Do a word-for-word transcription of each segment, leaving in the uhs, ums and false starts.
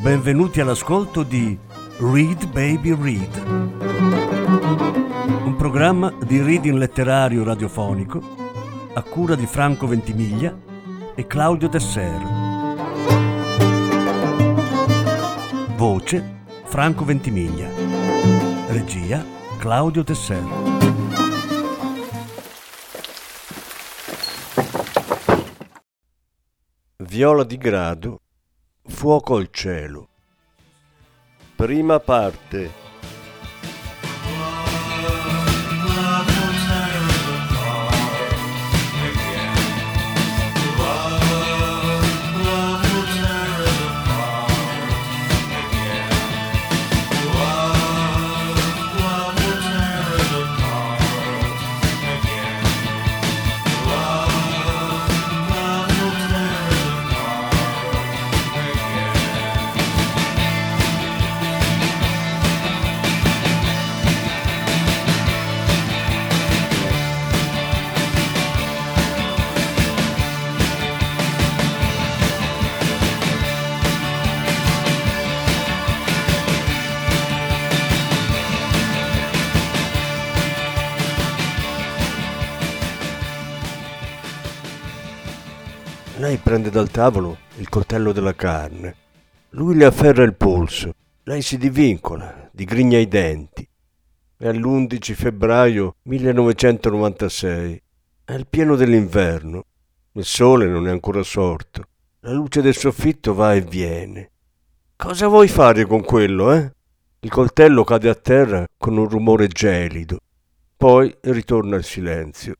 Benvenuti all'ascolto di Read Baby Read, un programma di reading letterario radiofonico a cura di Franco Ventimiglia e Claudio Desser. Voce Franco Ventimiglia. Regia Claudio Desser. Viola di Grado, Fuoco al cielo. Prima parte. Lei prende dal tavolo il coltello della carne. Lui le afferra il polso. Lei si divincola, digrigna i denti. È l'undici febbraio millenovecentonovantasei. È il pieno dell'inverno. Il sole non è ancora sorto. La luce del soffitto va e viene. Cosa vuoi fare con quello, eh? Il coltello cade a terra con un rumore gelido. Poi ritorna il silenzio.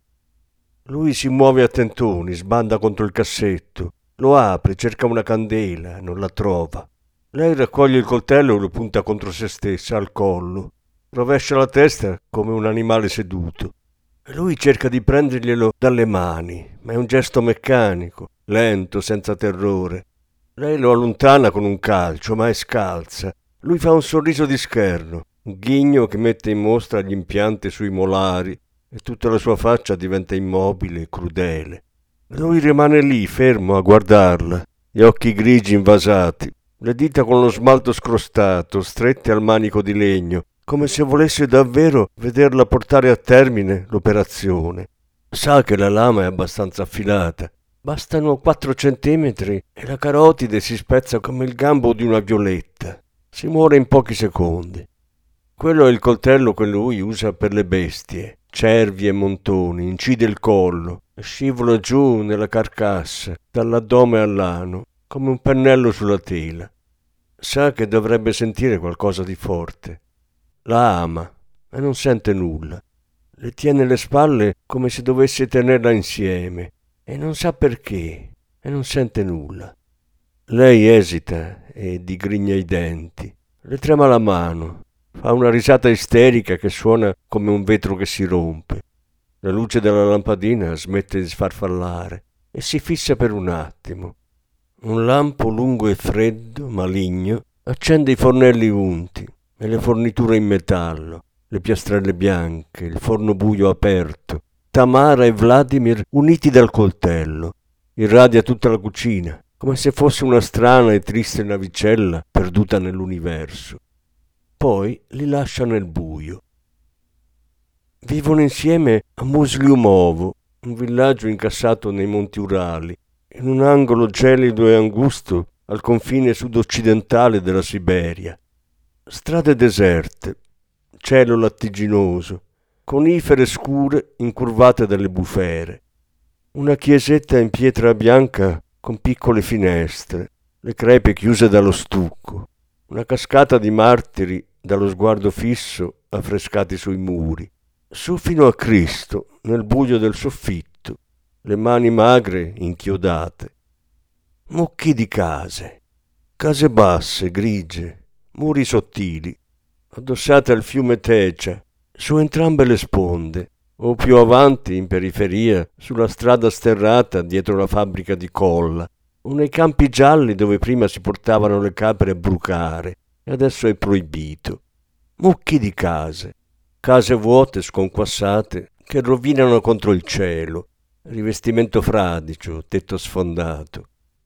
Lui si muove a tentoni, sbanda contro il cassetto, lo apre, cerca una candela, non la trova. Lei raccoglie il coltello e lo punta contro se stessa, al collo. Rovescia la testa come un animale seduto. E lui cerca di prenderglielo dalle mani, ma è un gesto meccanico, lento, senza terrore. Lei lo allontana con un calcio, ma è scalza. Lui fa un sorriso di scherno, un ghigno che mette in mostra gli impianti sui molari, e tutta la sua faccia diventa immobile e crudele. Lui rimane lì, fermo, a guardarla, gli occhi grigi invasati, le dita con lo smalto scrostato, strette al manico di legno, come se volesse davvero vederla portare a termine l'operazione. Sa che la lama è abbastanza affilata. Bastano quattro centimetri e la carotide si spezza come il gambo di una violetta. Si muore in pochi secondi. Quello è il coltello che lui usa per le bestie. Cervi e montoni, incide il collo e scivola giù nella carcassa, dall'addome all'ano, come un pennello sulla tela. Sa che dovrebbe sentire qualcosa di forte. La ama e non sente nulla. Le tiene le spalle come se dovesse tenerla insieme e non sa perché e non sente nulla. Lei esita e digrigna i denti. Le trema la mano. Fa una risata isterica che suona come un vetro che si rompe. La luce della lampadina smette di sfarfallare e si fissa per un attimo. Un lampo lungo e freddo, maligno, accende i fornelli unti e le forniture in metallo, le piastrelle bianche, il forno buio aperto, Tamara e Vladimir uniti dal coltello. Irradia tutta la cucina, come se fosse una strana e triste navicella perduta nell'universo. Poi li lascia nel buio. Vivono insieme a Musliumovo, un villaggio incassato nei monti Urali, in un angolo gelido e angusto al confine sud-occidentale della Siberia. Strade deserte, cielo lattiginoso, conifere scure incurvate dalle bufere. Una chiesetta in pietra bianca con piccole finestre, le crepe chiuse dallo stucco, una cascata di martiri dallo sguardo fisso affrescati sui muri. Su fino a Cristo, nel buio del soffitto, le mani magre inchiodate. Mucchi di case, case basse, grigie, muri sottili, addossate al fiume Tecia, su entrambe le sponde, o più avanti, in periferia, sulla strada sterrata dietro la fabbrica di colla, o nei campi gialli dove prima si portavano le capre a brucare, e adesso è proibito. Mucchi di case, case vuote, sconquassate, che rovinano contro il cielo, rivestimento fradicio, tetto sfondato.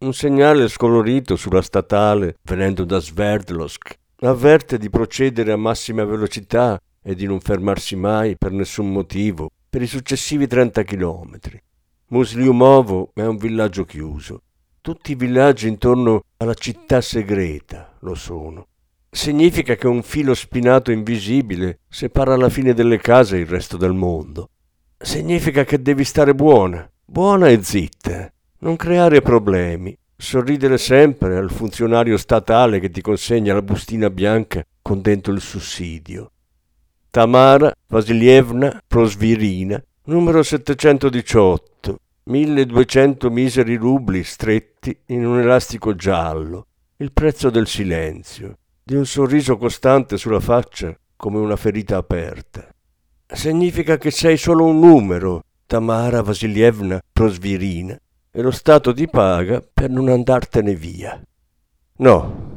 Un segnale scolorito sulla statale, venendo da Sverdlovsk, avverte di procedere a massima velocità e di non fermarsi mai per nessun motivo per i successivi trenta chilometri. Musliumovo è un villaggio chiuso. Tutti i villaggi intorno alla città segreta lo sono. Significa che un filo spinato invisibile separa la fine delle case e il resto del mondo. Significa che devi stare buona, buona e zitta, non creare problemi, sorridere sempre al funzionario statale che ti consegna la bustina bianca con dentro il sussidio. Tamara Vasilievna Prosvirina, numero settecentodiciotto, milleduecento miseri rubli stretti in un elastico giallo, il prezzo del silenzio, di un sorriso costante sulla faccia come una ferita aperta. Significa che sei solo un numero, Tamara Vasilievna Prosvirina, e lo Stato ti paga per non andartene via. No.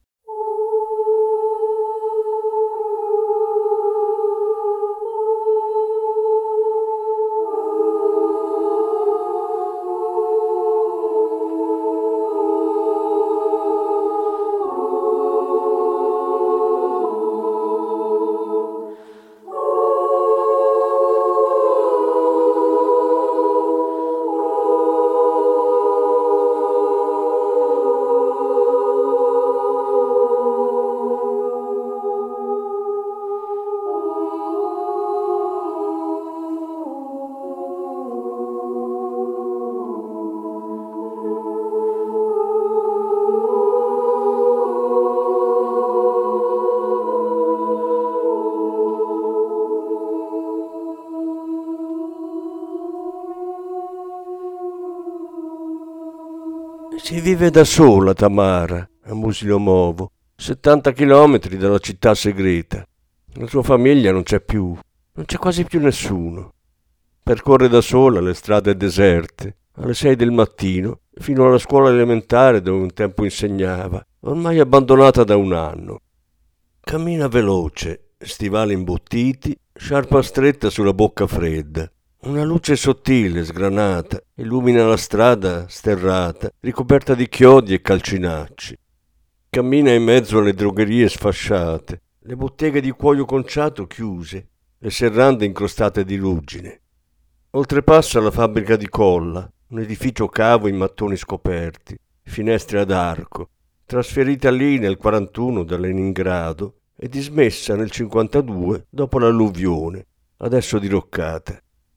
Si vive da sola, Tamara, a Musliumovo, settanta chilometri dalla città segreta. La sua famiglia non c'è più, non c'è quasi più nessuno. Percorre da sola le strade deserte, alle sei del mattino, fino alla scuola elementare dove un tempo insegnava, ormai abbandonata da un anno. Cammina veloce, stivali imbottiti, sciarpa stretta sulla bocca fredda. Una luce sottile, sgranata, illumina la strada sterrata, ricoperta di chiodi e calcinacci. Cammina in mezzo alle drogherie sfasciate, le botteghe di cuoio conciato chiuse, le serrande incrostate di ruggine. Oltrepassa la fabbrica di colla, un edificio cavo in mattoni scoperti, finestre ad arco, trasferita lì nel quarantuno da Leningrado e dismessa nel cinquantadue dopo l'alluvione, adesso diroccata.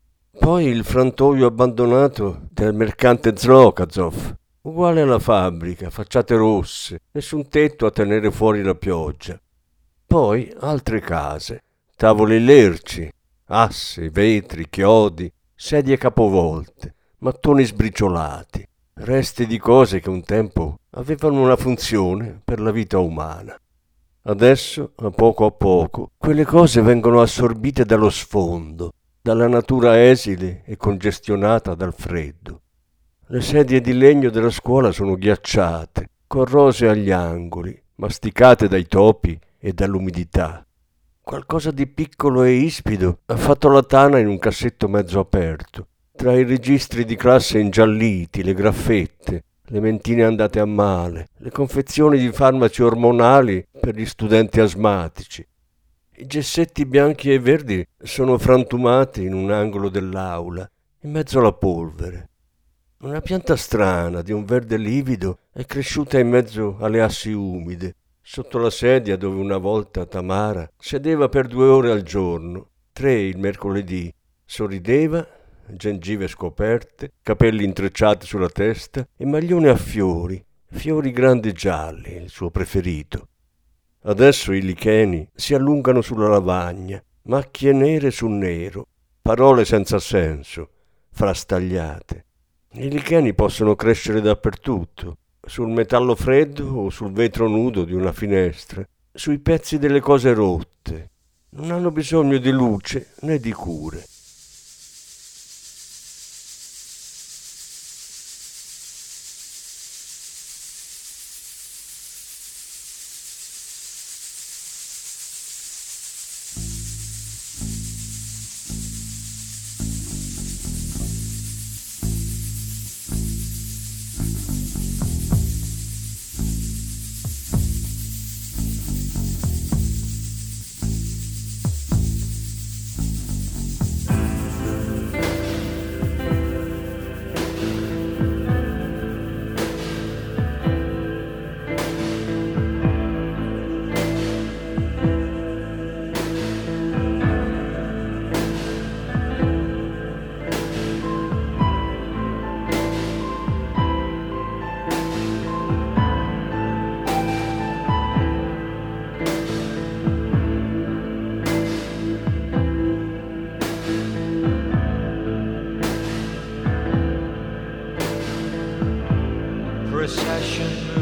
Poi il frantoio abbandonato del mercante Zlokazov, uguale alla fabbrica, facciate rosse, nessun tetto a tenere fuori la pioggia. Poi altre case, tavoli lerci, assi, vetri, chiodi, sedie capovolte, mattoni sbriciolati, resti di cose che un tempo avevano una funzione per la vita umana. Adesso, a poco a poco, quelle cose vengono assorbite dallo sfondo, dalla natura esile e congestionata dal freddo. Le sedie di legno della scuola sono ghiacciate, corrose agli angoli, masticate dai topi e dall'umidità. Qualcosa di piccolo e ispido ha fatto la tana in un cassetto mezzo aperto, tra i registri di classe ingialliti, le graffette, le mentine andate a male, le confezioni di farmaci ormonali per gli studenti asmatici. I gessetti bianchi e verdi sono frantumati in un angolo dell'aula, in mezzo alla polvere. Una pianta strana di un verde livido è cresciuta in mezzo alle assi umide, sotto la sedia dove una volta Tamara sedeva per due ore al giorno, tre il mercoledì, sorrideva, gengive scoperte, capelli intrecciati sulla testa e maglione a fiori, fiori grandi gialli, il suo preferito. Adesso i licheni si allungano sulla lavagna, macchie nere su nero, parole senza senso, frastagliate. I licheni possono crescere dappertutto, sul metallo freddo o sul vetro nudo di una finestra, sui pezzi delle cose rotte. Non hanno bisogno di luce né di cure.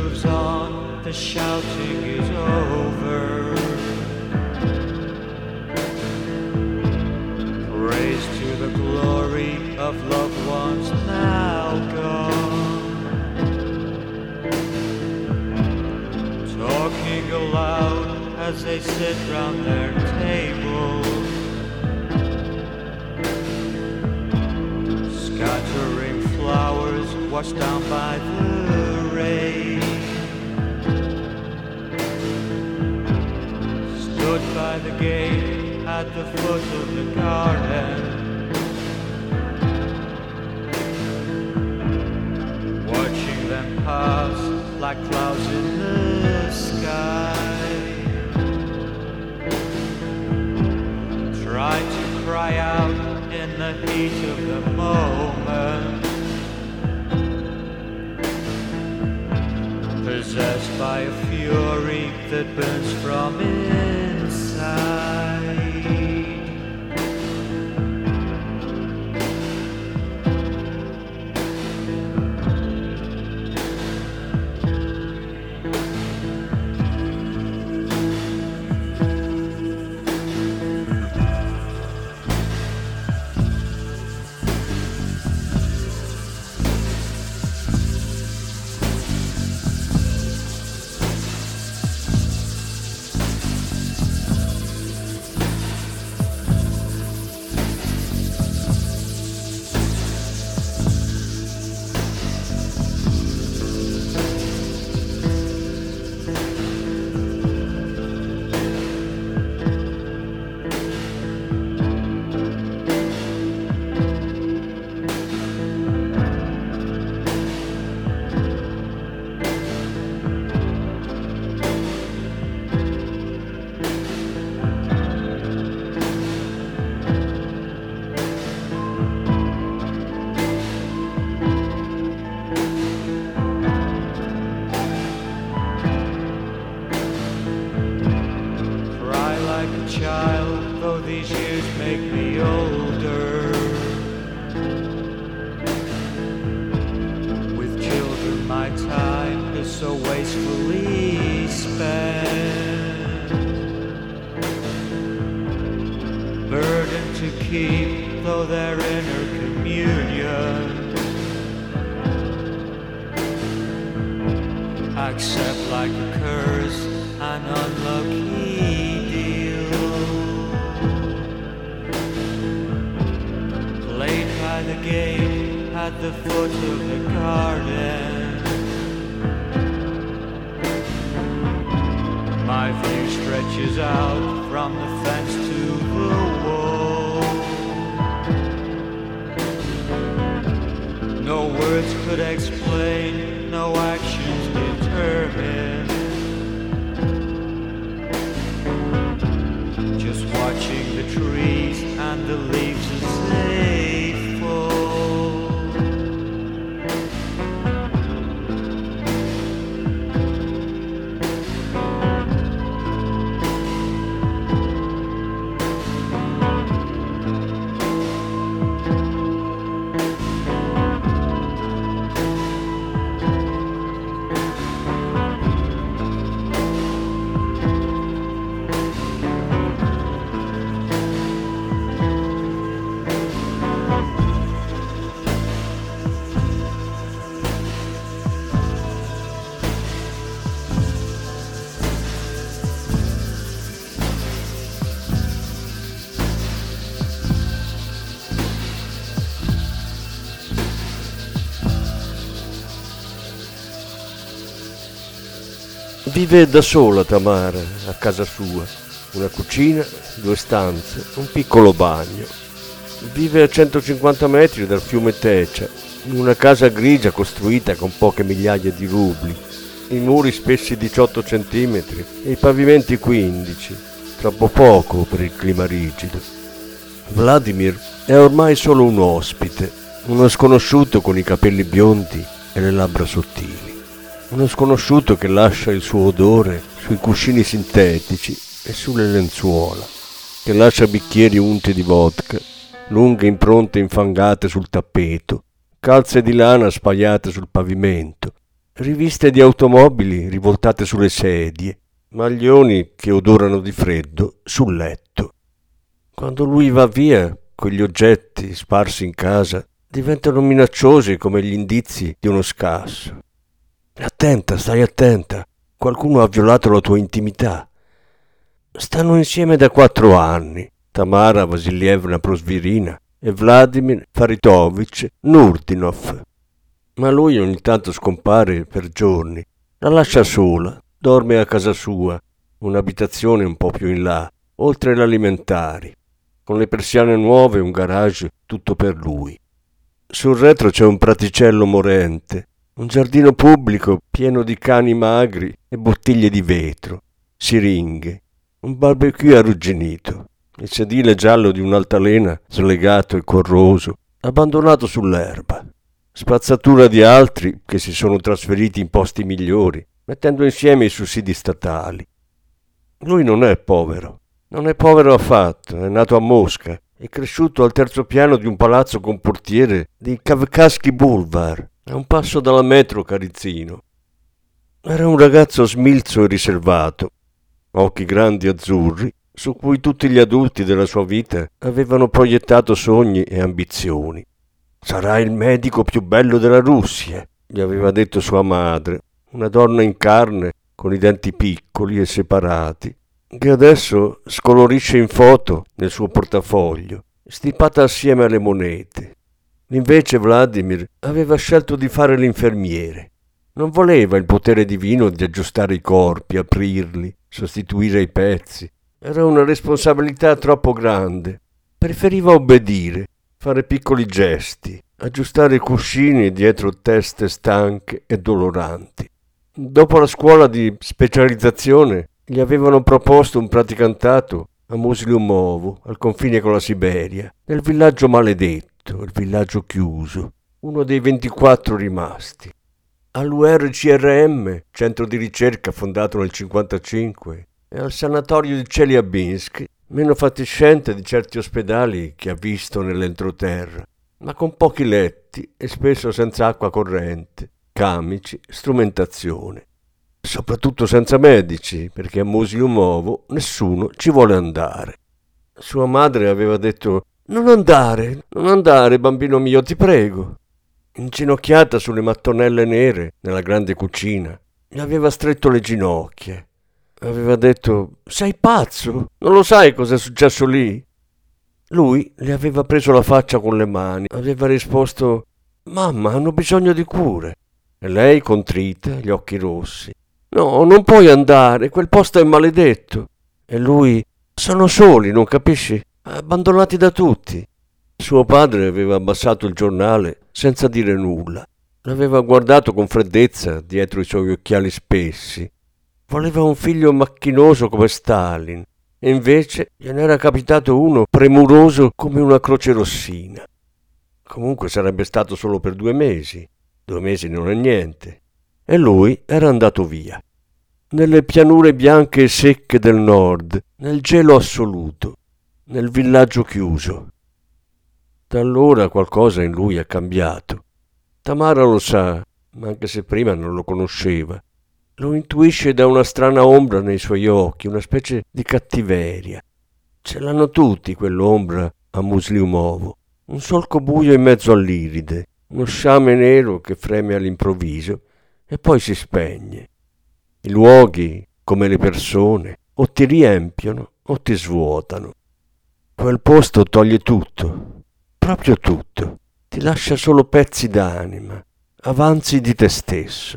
moves on, the shouting is over. Praise to the glory of loved ones now gone. Talking aloud as they sit round their tables, scattering flowers washed down by the rain. Stood by the gate at the foot of the garden, watching them pass like clouds in the sky. Tried to cry out in the heat of the moment, possessed by a fury that burns from inside. Child, though these years make me older, with children my time is so wastefully spent. Burden to keep, though they're inner communion, accept like a curse an unlucky deal. Played by the gate at the foot of the garden, my view stretches out from the fence to the wall. No words could explain, no actions determine, just watching the trees and the leaves as they fall. Vive da sola Tamara, a casa sua. Una cucina, due stanze, un piccolo bagno. Vive a centocinquanta metri dal fiume Tecia, in una casa grigia costruita con poche migliaia di rubli. I muri spessi diciotto centimetri e i pavimenti quindici, troppo poco per il clima rigido. Vladimir è ormai solo un ospite, uno sconosciuto con i capelli biondi e le labbra sottili. Uno sconosciuto che lascia il suo odore sui cuscini sintetici e sulle lenzuola, che lascia bicchieri unti di vodka, lunghe impronte infangate sul tappeto, calze di lana spaiate sul pavimento, riviste di automobili rivoltate sulle sedie, maglioni che odorano di freddo sul letto. Quando lui va via, quegli oggetti sparsi in casa diventano minacciosi come gli indizi di uno scasso. Attenta, stai attenta, qualcuno ha violato la tua intimità. Stanno insieme da quattro anni, Tamara Vasilievna Prosvirina e Vladimir Faritovich Nurdinov. Ma lui ogni tanto scompare per giorni, la lascia sola, dorme a casa sua, un'abitazione un po' più in là, oltre le alimentari, con le persiane nuove e un garage tutto per lui. Sul retro c'è un praticello morente, un giardino pubblico pieno di cani magri e bottiglie di vetro, siringhe, un barbecue arrugginito, il sedile giallo di un'altalena slegato e corroso, abbandonato sull'erba, spazzatura di altri che si sono trasferiti in posti migliori, mettendo insieme i sussidi statali. Lui non è povero, non è povero affatto, è nato a Mosca, è cresciuto al terzo piano di un palazzo con portiere di Kavkazsky Boulevard, a un passo dalla metro Carizzino. Era un ragazzo smilzo e riservato, occhi grandi azzurri, su cui tutti gli adulti della sua vita avevano proiettato sogni e ambizioni. «Sarà il medico più bello della Russia», gli aveva detto sua madre, una donna in carne con i denti piccoli e separati, che adesso scolorisce in foto nel suo portafoglio, stipata assieme alle monete. Invece Vladimir aveva scelto di fare l'infermiere. Non voleva il potere divino di aggiustare i corpi, aprirli, sostituire i pezzi. Era una responsabilità troppo grande. Preferiva obbedire, fare piccoli gesti, aggiustare i cuscini dietro teste stanche e doloranti. Dopo la scuola di specializzazione gli avevano proposto un praticantato a Musliumovo, al confine con la Siberia, nel villaggio maledetto, il villaggio chiuso, uno dei ventiquattro rimasti. All'U R C R M, centro di ricerca fondato nel cinquantacinque, e al sanatorio di Chelyabinsk, meno fatiscente di certi ospedali che ha visto nell'entroterra, ma con pochi letti e spesso senza acqua corrente, camici, strumentazione. Soprattutto senza medici, perché a Musliumovo nessuno ci vuole andare. Sua madre aveva detto: «Non andare, non andare, bambino mio, ti prego». Inginocchiata sulle mattonelle nere nella grande cucina, gli aveva stretto le ginocchia. Aveva detto: «Sei pazzo? Non lo sai cosa è successo lì?» Lui le aveva preso la faccia con le mani, aveva risposto: «Mamma, hanno bisogno di cure». E lei, contrita, gli occhi rossi: «No, non puoi andare, quel posto è maledetto». E lui: «Sono soli, non capisci? Abbandonati da tutti». Suo padre aveva abbassato il giornale senza dire nulla. L'aveva guardato con freddezza dietro i suoi occhiali spessi. Voleva un figlio macchinoso come Stalin, e invece gliene era capitato uno premuroso come una croce rossina. Comunque sarebbe stato solo per due mesi. Due mesi non è niente. E lui era andato via. Nelle pianure bianche e secche del nord, nel gelo assoluto, nel villaggio chiuso. Da allora qualcosa in lui è cambiato. Tamara lo sa, ma anche se prima non lo conosceva. Lo intuisce da una strana ombra nei suoi occhi, una specie di cattiveria. Ce l'hanno tutti quell'ombra a Musliumovo. Un solco buio in mezzo all'iride, uno sciame nero che freme all'improvviso e poi si spegne. I luoghi, come le persone, o ti riempiono o ti svuotano. Quel posto toglie tutto. Proprio tutto, ti lascia solo pezzi d'anima, avanzi di te stesso.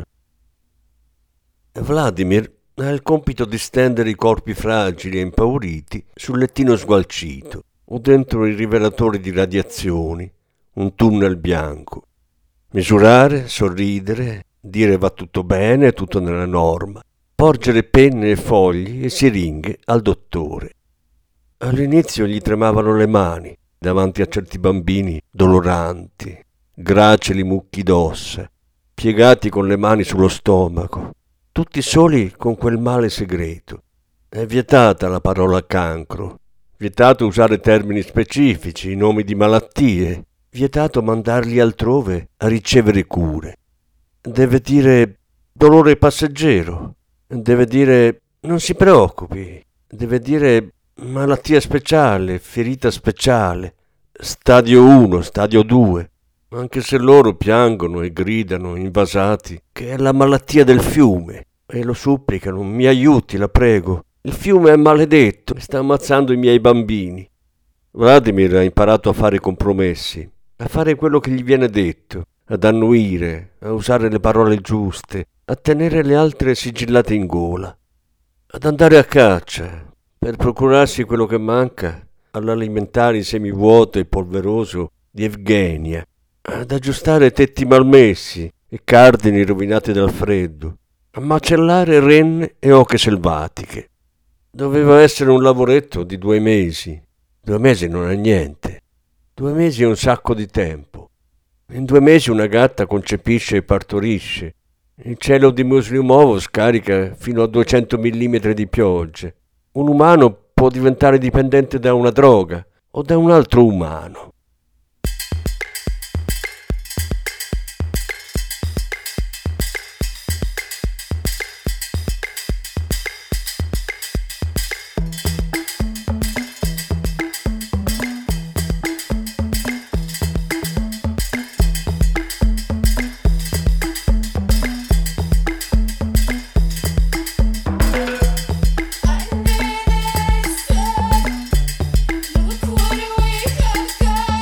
Vladimir ha il compito di stendere i corpi fragili e impauriti sul lettino sgualcito o dentro i rivelatori di radiazioni, un tunnel bianco. Misurare, sorridere, dire va tutto bene, tutto nella norma, porgere penne e fogli e siringhe al dottore. All'inizio gli tremavano le mani davanti a certi bambini doloranti, gracili mucchi d'ossa, piegati con le mani sullo stomaco, tutti soli con quel male segreto. È vietata la parola cancro, vietato usare termini specifici, nomi di malattie, vietato mandarli altrove a ricevere cure. Deve dire dolore passeggero. Deve dire non si preoccupi, deve dire malattia speciale, ferita speciale, stadio uno, stadio due. Anche se loro piangono e gridano invasati che è la malattia del fiume e lo supplicano, mi aiuti, la prego. Il fiume è maledetto e sta ammazzando i miei bambini. Vladimir ha imparato a fare compromessi, a fare quello che gli viene detto, ad annuire, a usare le parole giuste, a tenere le altre sigillate in gola, ad andare a caccia per procurarsi quello che manca all'alimentare semivuoto e polveroso di Evgenia, ad aggiustare tetti malmessi e cardini rovinati dal freddo, a macellare renne e oche selvatiche. Doveva essere un lavoretto di due mesi. Due mesi non è niente. Due mesi è un sacco di tempo. In due mesi una gatta concepisce e partorisce. Il cielo di Musliumovo scarica fino a duecento millimetri di piogge. Un umano può diventare dipendente da una droga o da un altro umano. Look what we have got.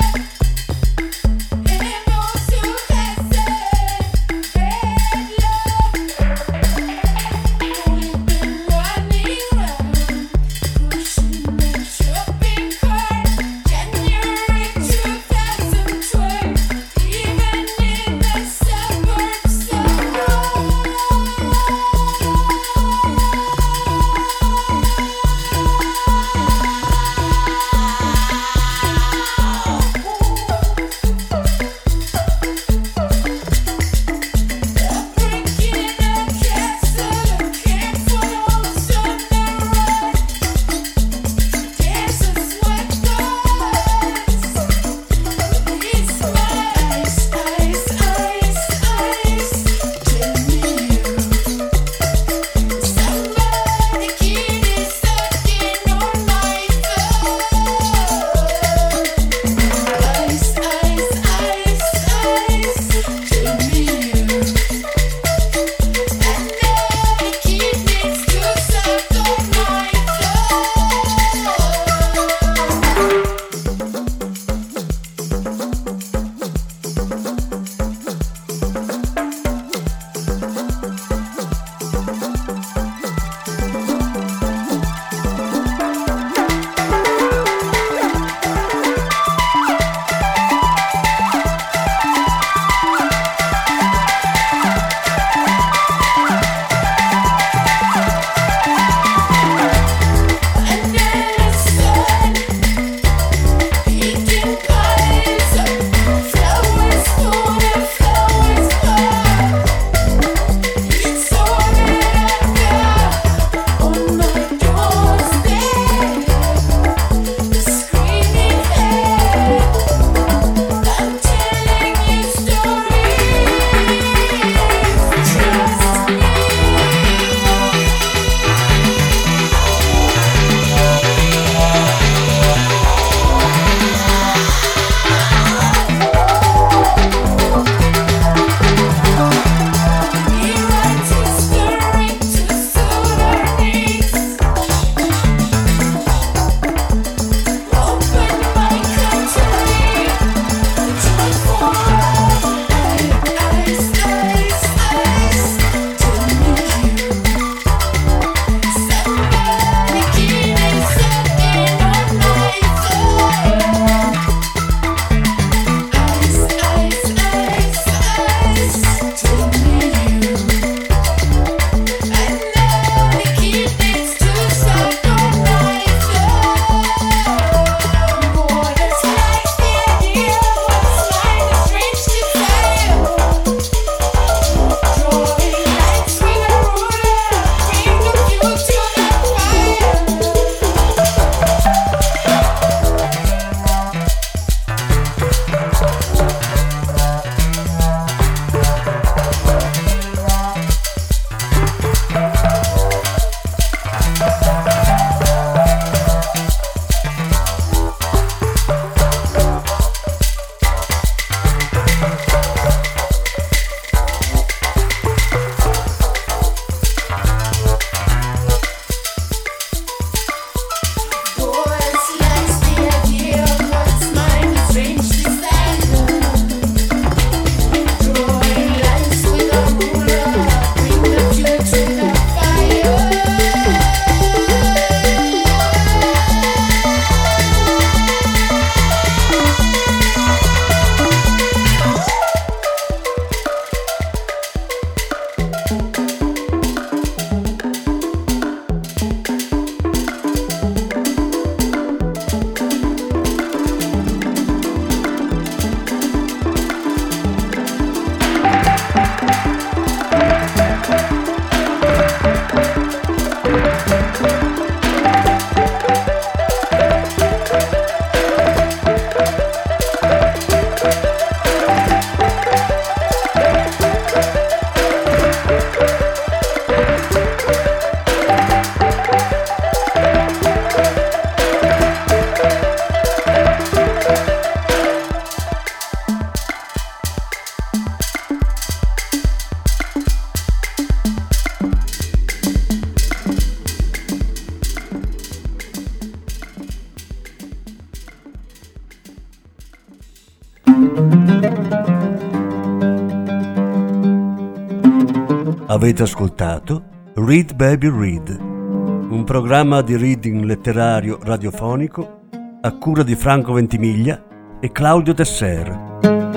Avete ascoltato Read Baby Read, un programma di reading letterario radiofonico a cura di Franco Ventimiglia e Claudio Tesser.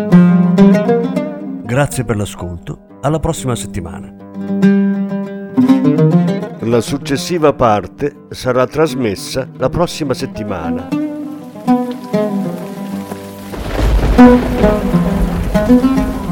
Grazie per l'ascolto, alla prossima settimana. La successiva parte sarà trasmessa la prossima settimana. Thank you.